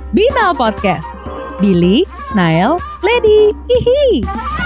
Binal Podcast. Billy, Nael, Lady, hihi.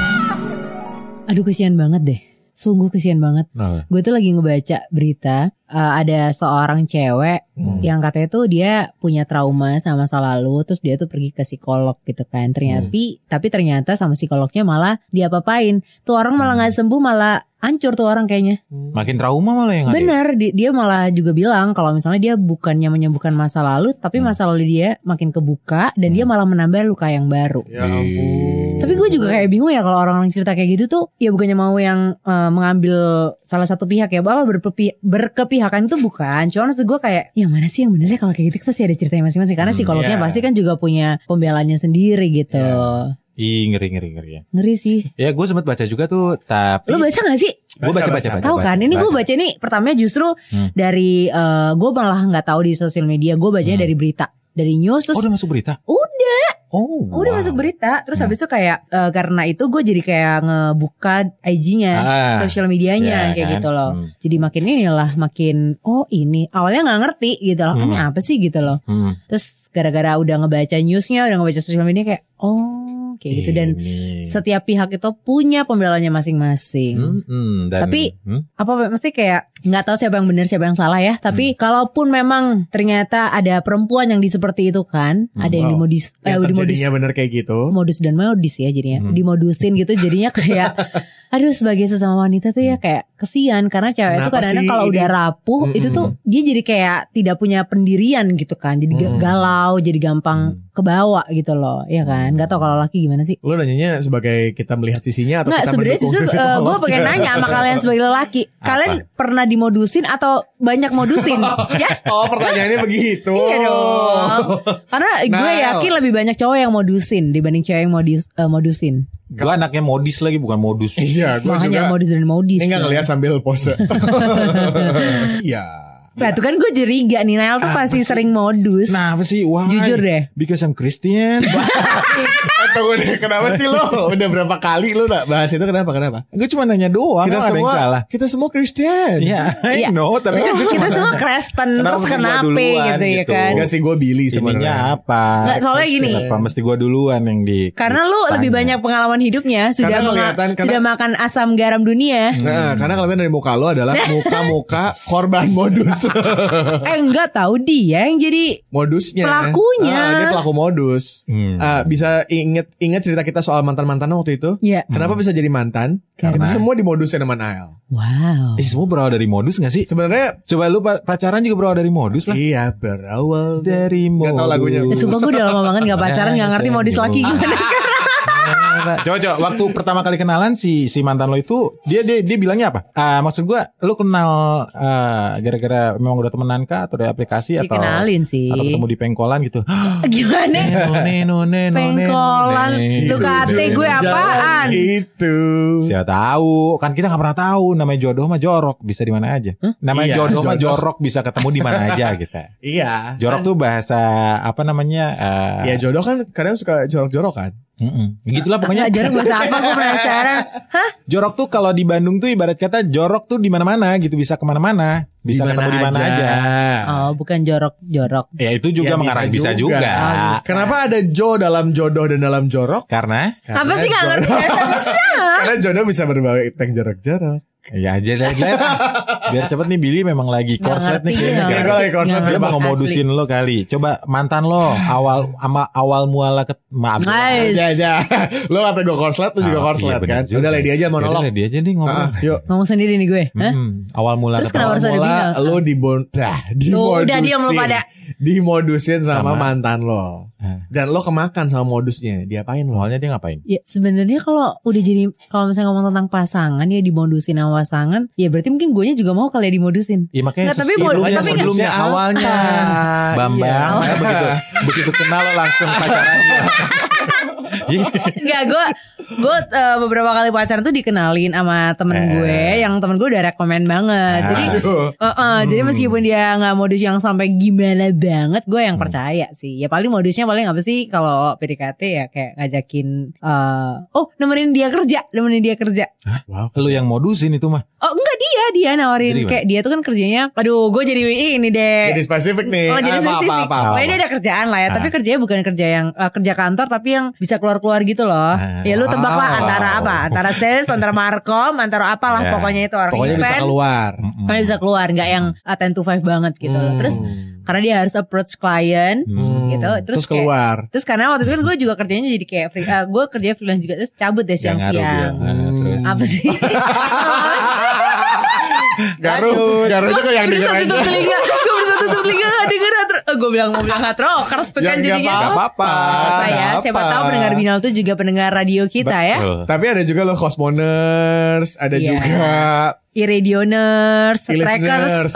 Aduh kesian banget deh. Sungguh kesian banget. Gue tuh lagi ngebaca berita ada seorang cewek yang katanya tuh dia punya trauma sama masa lalu, terus dia tuh pergi ke psikolog gitu kan. Tapi ternyata sama psikolognya malah diapa-apain. Tuh orang malah nggak sembuh, malah hancur tuh orang kayaknya. Makin trauma malah yang ada. Bener, dia malah juga bilang kalau misalnya dia bukannya menyembuhkan masa lalu, tapi masa lalu dia makin kebuka dan dia malah menambah luka yang baru. Ya ampun. Tapi gue juga kayak bingung ya kalau orang-orang cerita kayak gitu tuh, ya bukannya mau yang mengambil salah satu pihak ya, apa berkepihakan itu bukan. Cuma maksud gue kayak, yang mana sih yang benernya kalau kayak gitu pasti ada ceritanya masing-masing. Karena psikolognya pasti kan juga punya pembelanya sendiri gitu. Ih, ngeri ya. Ngeri sih. Ya gue sempat baca juga tuh, tapi Lu baca gak sih? Gue baca. Tahu kan? Ini gue baca nih pertamanya justru dari gue malah nggak tahu di sosial media. Gue bacanya dari berita, dari news. Terus udah masuk berita? Udah masuk berita. Terus habis itu kayak karena itu gue jadi kayak ngebuka IG-nya, sosial medianya kayak gitu loh. Jadi makin ini awalnya nggak ngerti gitu loh. Ini apa sih gitu loh. Terus gara-gara udah ngebaca newsnya, udah ngebaca sosial media kayak kayak gitu. Dan setiap pihak itu punya pembelanya masing-masing. Tapi mesti kayak nggak tahu siapa yang benar siapa yang salah ya. Tapi kalaupun memang ternyata ada perempuan yang seperti itu kan, ada yang jadinya bener kayak gitu. Modus dan modis ya jadinya. Dimodusin gitu jadinya kayak aduh, sebagai sesama wanita tuh ya kayak kesian. Karena cewek itu kadang-kadang kalau udah rapuh itu tuh dia jadi kayak tidak punya pendirian gitu kan. Jadi galau, jadi gampang kebawa gitu loh. Ya kan. Gak tau kalau laki gimana sih. Lu nanyanya sebagai kita melihat sisinya atau nggak, kita mendukung sisi psikolog? Gue pengen nanya sama kalian sebagai lelaki. Kalian pernah dimodusin atau banyak modusin? Ya? Oh, pertanyaannya begitu. Iya dong. Karena gue yakin lebih banyak cowok yang modusin dibanding cewek yang modusin. Gue anaknya modis lagi, bukan modus. Iya, gue makanya juga modus dan modis. Ini gak ngeliat sambil pose. Iya. Nah tuh kan gue curiga nih, Nael tuh pasti sering modus. Nah apa sih? Why? Jujur deh. Because I'm Christian. Tunggu deh, kenapa sih lo? Udah berapa kali lo bahas itu, kenapa? Gue cuma nanya doang. Kita semua Christian. Iya, I know. Tapi kan kita semua Kristen. Terus kenapa gitu ya kan? Enggak sih, gue Billy sebenarnya. Ininya apa? Nggak, soalnya gini. Kenapa mesti gue duluan yang di? Karena lu lebih banyak pengalaman hidupnya. Sudah makan asam garam dunia. Nah, karena kelihatan dari muka lo adalah muka-muka korban modus. Enggak tahu dia yang jadi modusnya, pelakunya. Dia pelaku modus. Bisa inget cerita kita soal mantan-mantan waktu itu? Iya. Kenapa bisa jadi mantan? Karena itu semua dimodusin sama Nael. Wow. Semua berawal dari modus gak sih? Sebenarnya coba lu pacaran juga berawal dari modus lah. Iya, berawal dari modus. Gak tau lagunya. Sumpah gue udah lama banget gak pacaran, gak ngerti modus laki gimana sekarang. Coba waktu pertama kali kenalan si mantan lo itu dia bilangnya apa? Maksud gue lu kenal gara-gara memang udah temenan kah atau dari aplikasi atau dikenalin sih atau ketemu di pengkolan gitu? Gimana? Pengkolan lu kate gue apaan? Itu siapa tahu, kan kita nggak pernah tahu, namanya jodoh mah jorok, bisa di mana aja. Namanya jodoh mah jorok, bisa ketemu di mana aja gitu. Iya. Jorok tuh bahasa apa namanya? Ya jodoh kan kadang suka jorok-jorok kan. Gitulah pokoknya. Jorok bahasa apa, gue penasaran. Hah? Jorok tuh kalau di Bandung tuh ibarat kata jorok tuh di mana-mana gitu, bisa kemana-mana, bisa ketemu di mana aja. Oh, bukan jorok. Ya itu juga mengarah bisa juga. Kenapa ada jo dalam jodoh dan dalam jorok? Karena apa sih nggak ngerti? Karena jodoh bisa berbau tank jorok-jorok. Ya aja deh. Biar cepet nih, Billy memang lagi korslet nih kayaknya. Kayak gue lagi korslet. Dia mau ngomodusin lo kali. Coba mantan lo awal muala maaf. Ya. Lo kata gue korslet, lo juga korslet kan. Udah Lady aja monolog. Lady aja nih ngomong. Yuk. Ngomong sendiri nih gue. Awal mula. Terus kenapa harus ada Bina? Lo udah diam lo pada. Dimodusin sama mantan lo. Dan lo kemakan sama modusnya. Diapain lo? Awalnya dia ngapain? Ya sebenarnya kalau misalnya ngomong tentang pasangan ya, dimodusin sama pasangan, ya berarti mungkin guenya juga mau kali ya dimodusin. Iya makanya sebelumnya awalnya Bambang begitu kenal lo langsung pacarannya. Enggak, gue beberapa kali pacaran tuh dikenalin sama temen gue, yang temen gue udah rekomen banget. Jadi jadi meskipun dia nggak modus yang sampai gimana banget, gue yang percaya sih. Ya paling modusnya paling apa sih kalau PDKT ya kayak ngajakin nemenin dia kerja. Wow, lu yang modusin itu mah. Oh enggak, dia nawarin. Jadi, kayak dia tuh kan kerjanya, aduh gue jadi ini deh. Jadi spesifik nih. Jadi spesifik. Pokoknya dia ada kerjaan lah ya, tapi kerjanya bukan kerja yang kerja kantor, tapi yang bisa keluar-keluar gitu loh. Ya lu tebak lah antara apa? Antara sales, antara markom, antara apalah pokoknya itu orang pokoknya event. Pokoknya bisa keluar, nggak yang 10 to 5 banget gitu loh. Terus karena dia harus approach klien gitu, terus keluar. Terus karena waktu itu kan gue juga kerjanya jadi kayak gue kerja freelance juga, terus cabut deh siang-siang. Apa sih? Garuh itu kayak yang denger aja. Gue bisa tutup telinga gak denger. Gue bilang mau bilang hard rockers tuh kan jadinya. Gak apa-apa ya. Siapa tahu pendengar Binal tuh juga pendengar radio kita ya. Tapi ada juga loh Cosmoners, ada juga Iradioners, Trackers.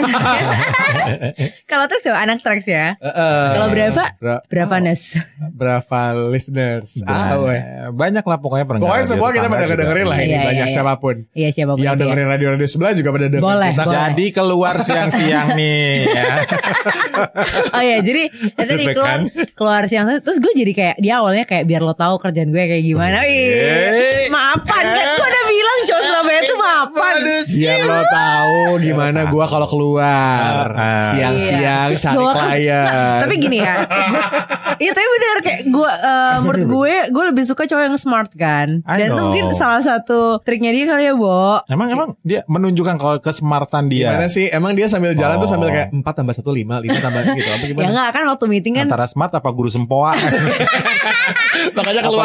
Kalau Trax ya anak Trax ya. Kalau berapa Nes? Berapa listeners? Banyak lah pokoknya pendengar. Pokoknya semua kita pada dengerin lah ini, banyak siapapun. Iya, siapapun. Yang dengerin radio-radio sebelah juga pada dengerin. Boleh. Jadi keluar siang-siang nih ya. Oh iya, jadi tadi keluar siang, terus gue jadi kayak dia awalnya kayak biar lo tahu kerjaan gue kayak gimana. Maafan kan gue udah bilang Jos Surabaya itu maafan. Biar lo tahu gimana gue kalau keluar siang-siang cari klien. Tapi gini ya. Iya tapi benar kayak gue menurut gue lebih suka cowok yang smart kan. Dan itu mungkin salah satu triknya dia kali ya, Bo. Emang dia menunjukkan kalau kesmartan dia. Gimana sih? Emang dia sambil jalan tuh sambil kayak 4 tambah 1 5 tambah gitu apa gimana? Ya enggak kan waktu meeting kan antara smart apa guru sempoa. Makanya keluar.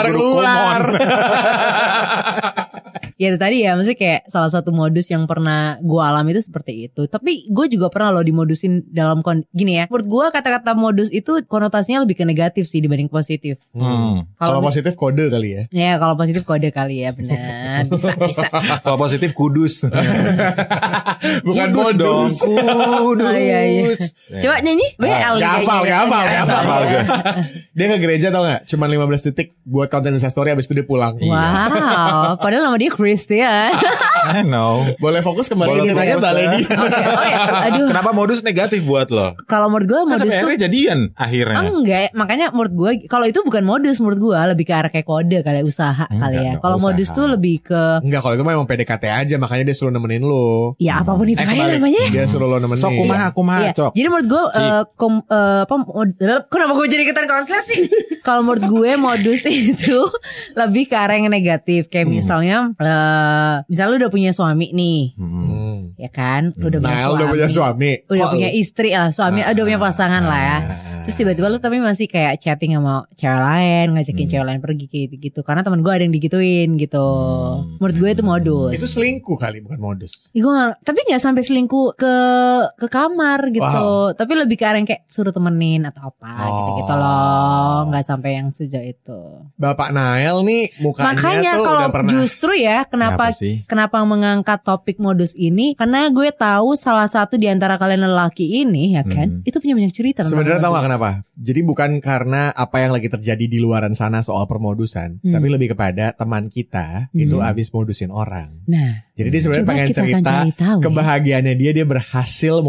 Ya itu tadi ya, maksudnya kayak salah satu modus yang pernah gue alami itu seperti itu. Tapi gue juga pernah loh dimodusin dalam gini ya. Menurut gue kata-kata modus itu konotasinya lebih ke negatif sih dibanding positif. Kalau positif kode kali ya. Ya kalau positif kode kali ya, benar. Bisa. Kalau positif kudus. Bukan kudus dong. Kudus. Iya. Coba nyanyi. Gak hafal. Dia ke gereja tau gak? Cuman 15 detik buat konten Instastory abis itu dia pulang. Wow. Padahal nama dia Christian. I know. Boleh fokus kembali ke ceritanya Mbak Lady. Aduh. Kenapa modus negatif buat lo? Kalau menurut gue modus tuh jadian akhirnya. Enggak, makanya menurut gue kalau itu bukan modus, menurut gue lebih ke arah kayak kode kali, usaha kali ya. Kalau modus tuh lebih ke enggak, kalau itu memang PDKT aja, makanya dia suruh nemenin lo. Ya apapun itu kayak namanya. Dia suruh lo nemenin. Sok kumaha cok. Jadi menurut gue kenapa gue jadi ikutan konslet sih? Kalau menurut gue modus itu lebih ke arah yang negatif. Kayak misalnya misalnya lu udah punya suami nih, ya kan? Lu udah punya suami, udah punya istri lah, suami udah punya pasangan lah ya. Terus tiba-tiba lu tapi masih kayak chatting sama cewek lain, ngajakin cewek lain pergi kayak gitu. Karena teman gue ada yang digituin gitu. Menurut gue itu modus. Itu selingkuh kali, bukan modus. Tapi nggak sampai selingkuh ke kamar gitu. Tapi lebih ke arah yang kayak suruh temenin atau apa gitu loh. Nggak sampai yang sejauh itu. Bapak Nael nih mukanya makanya tuh kalau udah pernah. Justru ya kenapa mengangkat topik modus ini, karena gue tahu salah satu di antara kalian lelaki ini ya kan itu punya banyak cerita. Sebenarnya tahu gak kenapa? Jadi bukan karena apa yang lagi terjadi di luaran sana soal permodusan, tapi lebih kepada teman kita itu habis modusin orang. Nah, jadi dia sebenarnya pengen cerita kebahagiaannya dia berhasil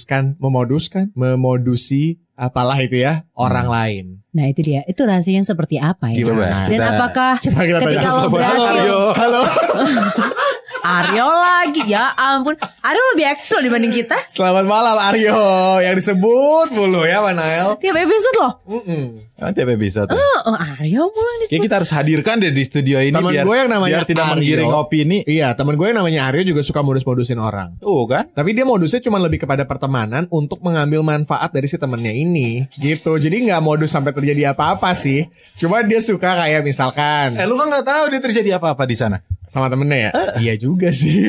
memodusi apalah itu ya orang lain. Nah itu dia, itu rahasianya seperti apa ya? Dan apakah ketika lo berhasil? Halo. Aryo lagi, ya ampun. Aryo lebih ekskul dibanding kita. Selamat malam Aryo, yang disebut mulu ya Manael. Tiap episode loh. Tiap episode. Aryo mulai disebut. Ya kita harus hadirkan deh di studio ini temen gue yang namanya biar tidak menggiring opini. Iya, temen gue yang namanya Aryo juga suka modus-modusin orang. Kan? Tapi dia modusnya cuma lebih kepada pertemanan untuk mengambil manfaat dari si temennya ini, gitu. Jadi nggak modus sampai terjadi apa-apa sih. Cuma dia suka kayak misalkan. Lu kan nggak tahu dia terjadi apa-apa di sana. Sama temennya ya? Iya juga sih.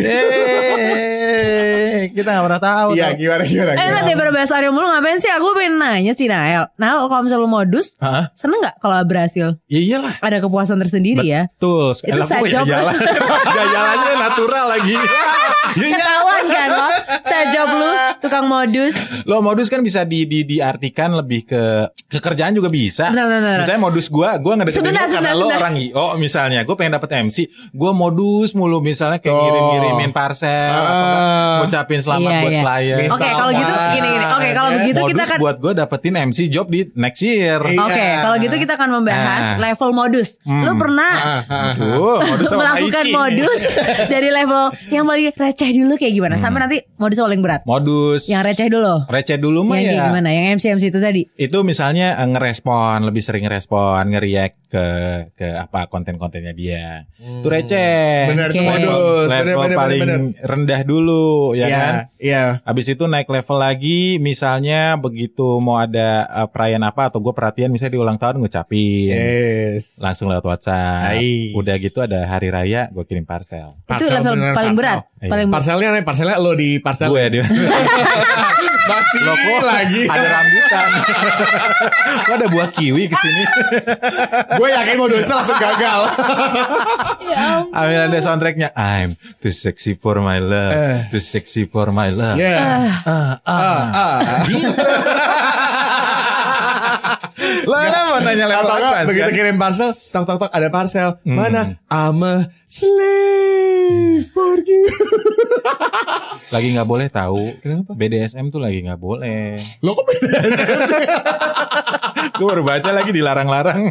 Kita gak pernah tahu. Iya gimana. Daripada bahas Aryo mulu ngapain sih? Aku pengen nanya sih Nael. Nah kalau misalnya lu modus, seneng gak kalau berhasil? Ya iyalah. Ada kepuasan tersendiri ya. Betul. Itu saya job. Jalannya natural lagi. Ketahuan kan lo. Saya job lu tukang modus. Lo modus kan bisa diartikan lebih ke ke kerjaan juga bisa. Benar. Misalnya modus gue ngedeketin lo karena lo orang IO misalnya. Gue pengen dapet MC, gue modus mulu misalnya kayak ngirim-ngirimin parcel atau ngucapin selamat buat klien. Oke, kalau gitu gini. Oke, kalau begitu kita kan buat gue dapetin MC job di next year. Oke, kalau gitu kita akan membahas level modus. Lo pernah melakukan modus dari level yang paling receh dulu kayak gimana? Sampai nanti modus paling berat. Modus yang receh dulu mah ya. Yang gimana? Yang MC itu tadi. Itu misalnya lebih sering ngerespon, nge-react ke apa konten-kontennya dia. Itu receh. Benar, itu modus. Level paling rendah dulu ya kan? Iya. Habis itu naik level lagi, misalnya begitu mau ada perayaan apa atau gue perhatian misalnya di ulang tahun ngucapin. Langsung lewat WhatsApp. Udah gitu ada hari raya gue kirim parcel. Itu level paling berat. Parcelnya lo di parcel. Gue dia. Masih kok lagi ada rambutan. Kok ada buah kiwi kesini. Gue yakin modusnya langsung gagal. Amin ada soundtracknya. I'm too sexy for my love. Too sexy for my love. Gitu. Lo mau nanya lewat apa? Begitu kirim parcel, tok ada parcel. Mana? I'm a slave for you. Lagi nggak boleh tahu. Kenapa? BDSM tuh lagi nggak boleh. Lo kok BDSM sih? Gue baru baca lagi dilarang-larang.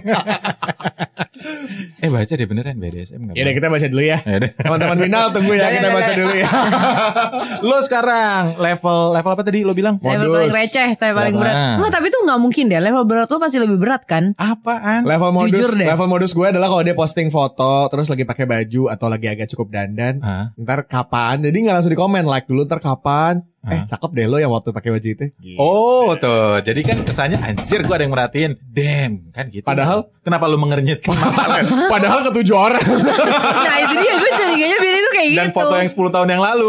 Baca deh beneran BDSM nggak? Ya udah kita baca dulu ya. Teman-teman final tunggu ya kita baca dulu ya. Lo sekarang level apa tadi lo bilang? Level paling receh, saya paling berat. Enggak, tapi itu nggak mungkin deh. Level berat lo pasti lebih berat kan? Apaan? Level modus gue adalah kalau dia posting foto terus lagi pakai baju atau lagi agak cukup dandan. Ntar kapan? Jadi nggak langsung di komen, like dulu ntar kapan. Cakep deh lo yang waktu pakai baju itu. Oh tuh, jadi kan kesannya anjir gue ada yang merhatiin. Damn, kan gitu. Padahal kenapa lu mengernyit? Padahal ke 7 orang. Nah itu dia, gue curiganya Billy tuh kayak gitu. Dan foto yang 10 tahun yang lalu.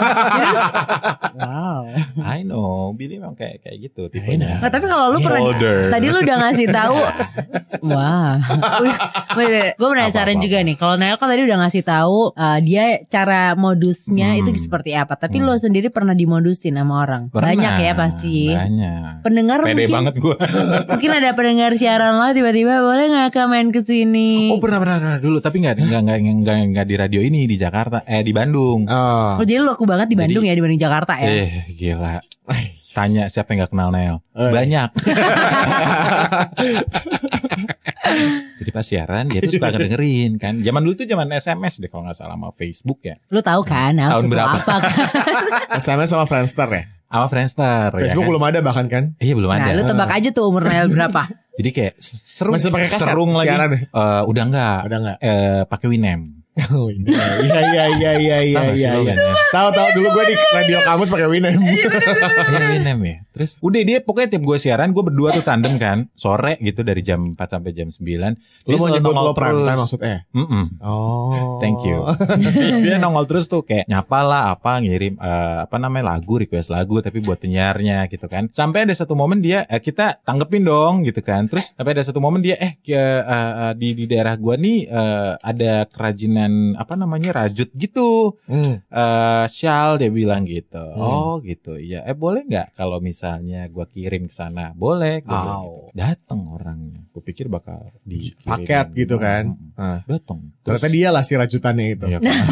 Wow. I know, Billy memang kayak gitu tipenya. Nah, tapi kalau lu pernah tadi lu udah ngasih tahu. Wah. Gue penasaran juga nih. Kalau Nael kan tadi udah ngasih tahu dia cara modusnya itu seperti apa. Tapi lu sendiri pernah dimodusin sama orang? Pernah, banyak ya pasti. Banyak. Pendengar pede mungkin banget gue. Mungkin ada pendengar siaran lo tiba-tiba boleh nggak main ke sini? Oh pernah dulu, tapi nggak di radio ini di Jakarta, di Bandung. Oh jadi lu laku banget di Bandung ya dibanding Jakarta ya? Gila. Tanya siapa yang nggak kenal Nael? Banyak. Jadi pas siaran dia tuh suka ngedengerin kan. Zaman dulu tuh zaman SMS deh kalau nggak salah sama Facebook ya. Lu tahu kan? Tahun berapa? Apa kan? SMS sama Friendster ya? Sama Friendster. Facebook ya kan? belum ada bahkan kan? Iya belum ada. Nah lu tebak aja tuh umur Nael berapa? Jadi kayak masih pakai kaset serung lagi. Udah enggak. Pakai Winem. Oh iya. Tahu dulu gue di radio kamus pakai Winem. Winem ya. Terus udah dia pokoknya tiap gue siaran gue berdua tuh tandem kan sore gitu dari jam 4 sampai jam 9. Lu mau nyebut lo prime time maksudnya? Oh. Thank you. Dia nongol terus tuh kayak nyapa lah apa ngirim lagu request lagu tapi buat penyiarnya gitu kan. Sampai ada satu momen dia kita tanggepin dong gitu kan. Terus sampai ada satu momen dia di daerah gua nih ada kerajinan rajut gitu. Shawl dia bilang gitu. Oh gitu. Iya. Boleh nggak kalau misalnya gua kirim ke sana? Boleh. Datang orangnya. Gue pikir bakal di paket gitu kan. Datang. Ternyata dia lah si rajutannya itu. Iya, kan?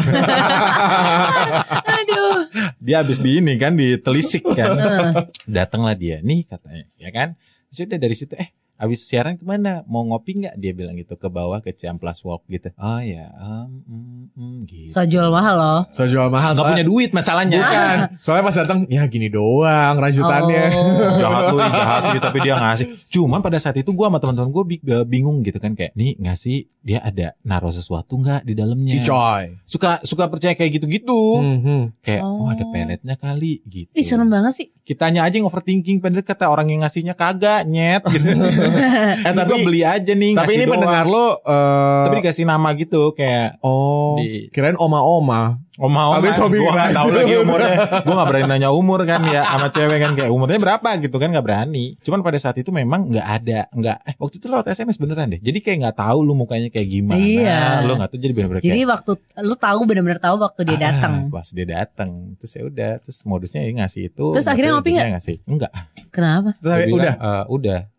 Aduh. Dia habis di ini kan ditelisik kan. Datanglah dia nih katanya, ya kan? Sudah dari situ habis siaran kemana? Mau ngopi nggak? Dia bilang gitu ke bawah ke Ciamplas Walk gitu. Oh ya, gitu. So jual mahal loh. Gak punya duit masalahnya. Bukan. Soalnya pas datang ya gini doang rajutannya. Jahat tuh tapi dia ngasih. Cuman pada saat itu gue sama teman-teman gue bingung gitu kan kayak nih ngasih dia ada naruh sesuatu nggak di dalamnya. Coy. Suka percaya kayak gitu-gitu. Kayak ada peletnya kali gitu. Ih serem banget sih. Kitanya aja yang overthinking padahal kata orang yang ngasihnya kagak nyet gitu. Tapi gue beli aja nih. Tapi ini pendengar lo tapi dikasih nama gitu kayak kirain oma-oma. Habis gue gak tahu lagi umurnya. Gue gak berani nanya umur kan ya sama cewek kan kayak umurnya berapa gitu kan gak berani. Cuman pada saat itu memang gak ada waktu itu lewat SMS beneran deh. Jadi kayak gak tahu lu mukanya kayak gimana. Iya. Lu gak tahu jadi bener-bener jadi waktu lu tahu bener-bener tahu waktu dia datang. Pas dia datang. Terus ya udah. Terus modusnya ya ngasih itu. Terus akhirnya ngopi gak? Ngasih. Enggak. Kenapa? Udah.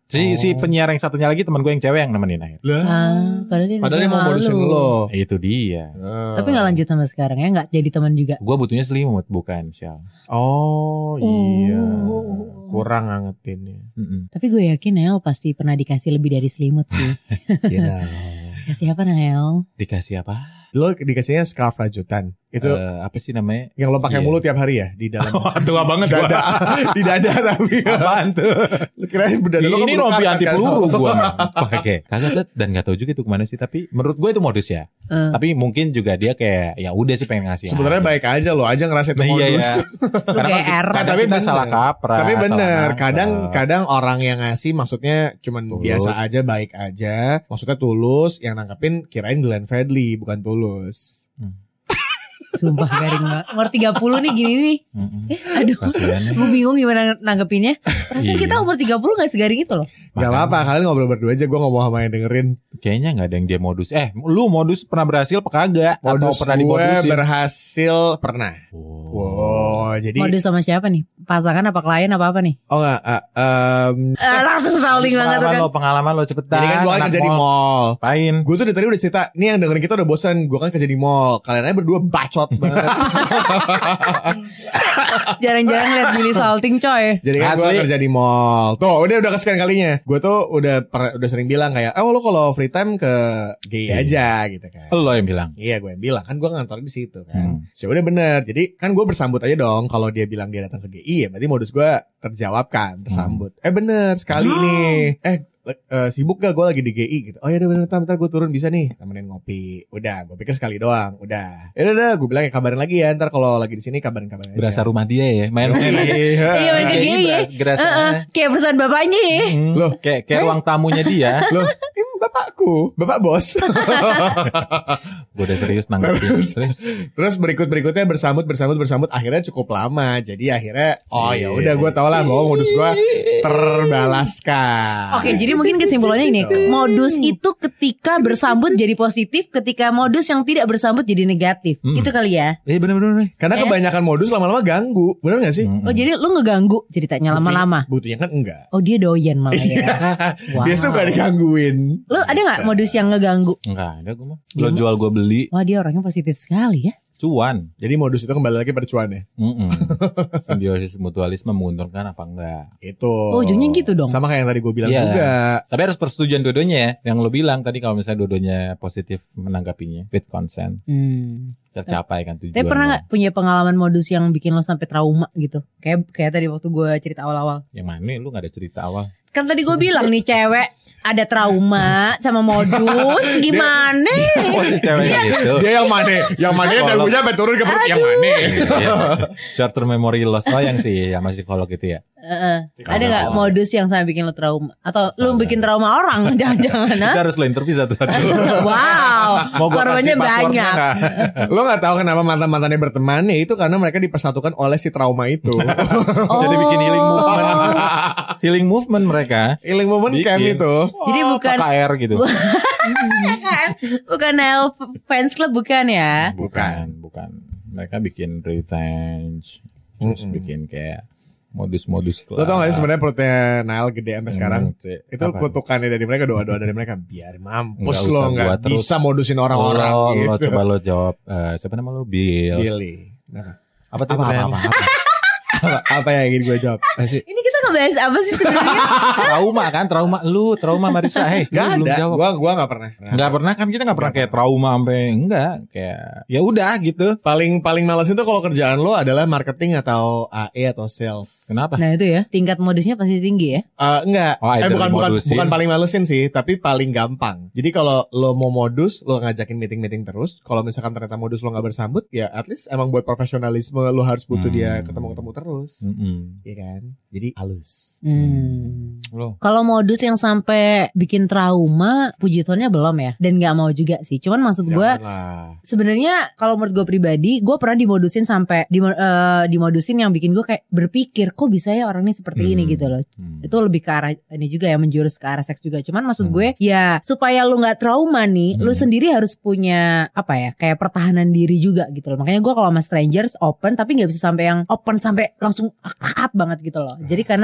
Si penyiar yang satunya lagi teman gue yang cewek yang nemenin akhirnya. Padahal dia mau modusin lo. Itu dia. Tapi gak lanjut sama sekarang ya, gak jadi teman juga. Gue butuhnya selimut bukan Syal. Oh iya. Kurang angetinnya. Tapi gue yakin Nael pasti pernah dikasih lebih dari selimut sih. Kasih apa Nael? Dikasih apa? Lo dikasihnya scarf rajutan. Itu apa sih namanya? Yang lo pakai mulu tiap hari ya di dalam. Tua banget dada. Di dada tapi. Apaan tuh? Kirain berdada lo ini rompi anti peluru gue pakai. Kagak dan nggak tahu juga itu kemana sih. Tapi menurut gue itu modus ya. Tapi mungkin juga dia kayak ya udah sih pengen ngasih. Sebenarnya baik aja lo aja ngerasa itu modus. Iya. Karena tapi kita salah kaprah. Tapi bener. Kadang orang yang ngasih maksudnya cuman biasa aja, baik aja. Maksudnya tulus. Yang nangkepin kirain Glenn Fredly bukan tulus. Sumpah garing banget. Umur 30 nih gini nih. Aduh. Gue bingung gimana nanggepinnya. Rasanya kita umur 30 gak segaring itu loh. Gak apa-apa, kalian ngobrol berdua aja. Gue gak mau sama yang dengerin. Kayaknya gak ada yang dia modus. Lu modus pernah berhasil apa kagak? Atau pernah dimodusin? Gue berhasil pernah. Jadi modus sama siapa nih? Pasangan apa klien apa nih? Oh enggak. Langsung salting banget kan. Pengalaman lo cepetan. Jadi kan gue kan kerja di mall. Pain. Gue tuh dari tadi udah cerita. Nih yang dengerin kita udah bosan. Gue kan kerja di mall. Kalian aja berdua bacot banget. Jarang-jarang lihat Billy salting coy. Jadi kan gue kerja di mall. Tuh udah kesekian kalinya. Gue tuh udah sering bilang kayak, lo kalau free time ke GI aja gitu kan. Lo yang bilang? Iya gue yang bilang. Kan gue ngantor di situ kan. So udah bener. Jadi kan gue bersambut aja dong. Kalau dia bilang dia datang ke GI ya berarti modus gue terjawab kan. Tersambut. Bener sekali nih. Sibuk gak gue lagi di GI gitu. Oh ya udah bentar gue turun bisa nih temenin ngopi. Udah gue pikir sekali doang. Udah gue bilang ya kabarin lagi ya. Ntar kalau lagi di sini kabarin aja. Berasa rumah dia ya. Main iya main ke GI ya. Kayak perusahaan bapaknya ya. Loh kayak ruang tamunya dia. Loh bapakku. Bapak bos. Gue udah serius nanggepin. Terus berikutnya bersambut. Akhirnya cukup lama. Jadi akhirnya ya udah gue tau lah bahwa modus gue terbalaskan. Oke, jadi mungkin kesimpulannya ini, modus itu ketika bersambut jadi positif, ketika modus yang tidak bersambut jadi negatif. Itu kali ya. Iya benar. Karena kebanyakan modus lama-lama ganggu. Benar gak sih? Oh jadi lu ngeganggu ceritanya lama-lama. Buktinya kan enggak. Oh dia doyan malah ya. Wow. Dia suka digangguin. Lu ada gak modus yang ngeganggu? Enggak ada gue mah. Lo jual gue beli. Wah dia orangnya positif sekali ya. Cuan. Jadi modus itu kembali lagi pada cuan ya. Simbiosis mutualisme menguntungkan apa enggak? Itu. Oh, ujungnya gitu dong. Sama kayak yang tadi gue bilang juga. Tapi harus persetujuan dua-duanya ya. Yang lo bilang tadi kalau misalnya dua-duanya positif menanggapinya, with consent. Tercapai kan tujuan. Tapi pernah gak punya pengalaman modus yang bikin lo sampai trauma gitu? Kayak tadi waktu gue cerita awal-awal. Yang mana? Lu gak ada cerita awal? Kan tadi gue bilang nih cewek ada trauma sama modus gimana? Si ceweknya gitu. Dia yang mana? Yang mana dagunya sampai turun ke perut yang mana? Short term memory loss yang sih ya masih psikolog gitu ya. Ada gak modus yang sampai bikin lo trauma? Atau lu bikin trauma orang? Jangan-jangan. Kita harus lo interview satu-satu. Wow. Korbannya banyak. Lo gak tahu kenapa mantan-mantannya berteman ya, itu karena mereka dipersatukan oleh si trauma itu. Jadi bikin healing movement. Healing movement mereka. Healing movement camp itu. Jadi bukan KKR gitu. Bukan Nail Fans Club bukan ya? Bukan. Mereka bikin revenge. Terus bikin kayak modus-modus club. Lo tau gak sih sebenarnya perutnya Nail gede sampai sekarang? Itu kutukannya dari mereka, doa-doa dari mereka. Biar mampus lo gak bisa modusin orang-orang gitu. Lo coba lo jawab. Siapa nama lo? Billy. Apa tuh pertanyaannya? Apa yang ingin gue jawab? Ini kita ngebahas apa sih sebenarnya? Trauma Marisa. Gak belum ada. jawab. Gua gak pernah. Gak pernah kan, kita gak pernah kayak trauma sampai enggak kayak ya udah gitu. Paling males itu kalau kerjaan lo adalah marketing atau AE atau sales. Kenapa? Nah itu ya, tingkat modusnya pasti tinggi ya? Enggak. Bukan paling malesin sih, tapi paling gampang. Jadi kalau lo mau modus, lo ngajakin meeting terus. Kalau misalkan ternyata modus lo gak bersambut, ya at least emang buat profesionalisme lo harus butuh dia ketemu terus. Iya kan? Jadi halus. Kalau modus yang sampai bikin trauma, puji Tuhannya belum ya. Dan gak mau juga sih. Cuman maksud gue, sebenarnya kalau menurut gue pribadi, gue pernah dimodusin sampai dimodusin yang bikin gue kayak berpikir, kok bisa ya orang ini seperti ini gitu loh. Itu lebih ke arah ini juga ya, menjurus ke arah seks juga. Cuman maksud gue ya supaya lu gak trauma nih, lu sendiri harus punya apa ya, kayak pertahanan diri juga gitu loh. Makanya gue kalau sama strangers open, tapi gak bisa sampai yang open sampai langsung akrab banget gitu loh. Jadi karena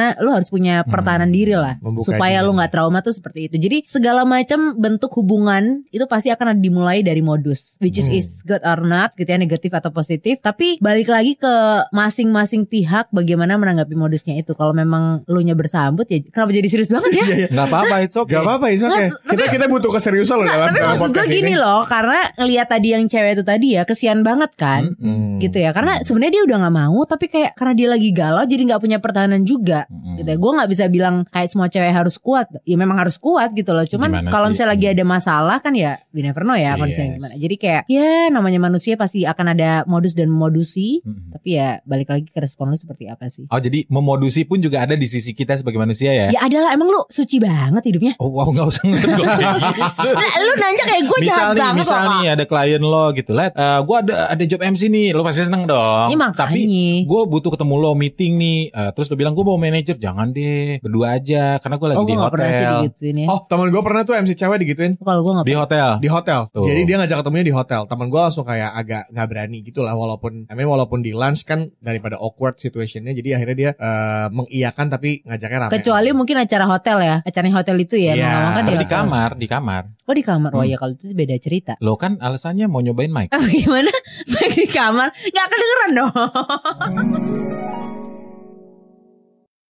gimana lu harus punya pertahanan diri lah supaya lu nggak trauma tuh seperti itu. Jadi segala macam bentuk hubungan itu pasti akan dimulai dari modus, which is good or not gitu ya, negatif atau positif. Tapi balik lagi ke masing-masing pihak bagaimana menanggapi modusnya itu. Kalau memang lu nya bersambut ya kenapa jadi serius banget ya? Nggak apa-apa, it's okay. Nggak apa-apa, it's okay. Kita butuh keseriusan loh dalam tapi maksud gue gini loh, karena ngelihat tadi yang cewek itu tadi ya kesian banget kan, gitu ya. Karena sebenarnya dia udah nggak mau, tapi kayak karena dia lagi galau jadi nggak punya pertahanan juga, gitu ya. Gue nggak bisa bilang kayak semua cewek harus kuat, ya memang harus kuat gitu loh. Cuman kalau misalnya lagi ada masalah kan ya, we never know ya kondisinya gimana. Jadi kayak ya namanya manusia pasti akan ada modus dan memodusi, tapi ya balik lagi ke respon lu seperti apa sih. Oh jadi memodusi pun juga ada di sisi kita sebagai manusia ya? Ya adalah, emang lu suci banget hidupnya. Oh wow, nggak usah ngeledok kayak gitu. Lu nanya kayak gue jahat banget. Misal nih ada klien lo gitu, gue ada job MC nih, lo pasti seneng dong. Ya, tapi gue butuh ketemu lo meeting nih, terus lo bilang gue mau manajer, jangan deh, berdua aja, karena gue lagi di hotel. Ya. Oh teman gue pernah tuh MC cewek digituin. Kalau gue di hotel. Tuh. Jadi dia ngajak ketemunya di hotel. Teman gue langsung kayak agak nggak berani gitu lah, walaupun di lunch kan daripada awkward situationnya, jadi akhirnya dia mengiyakan tapi ngajaknya rame. Kecuali mungkin acara hotel ya, acara hotel itu ya. Kan di kamar. Oh di kamar, oh ya kalau itu beda cerita. Lo kan alasannya mau nyobain mic. Gimana? Mic di kamar, nggak kedengeran dong.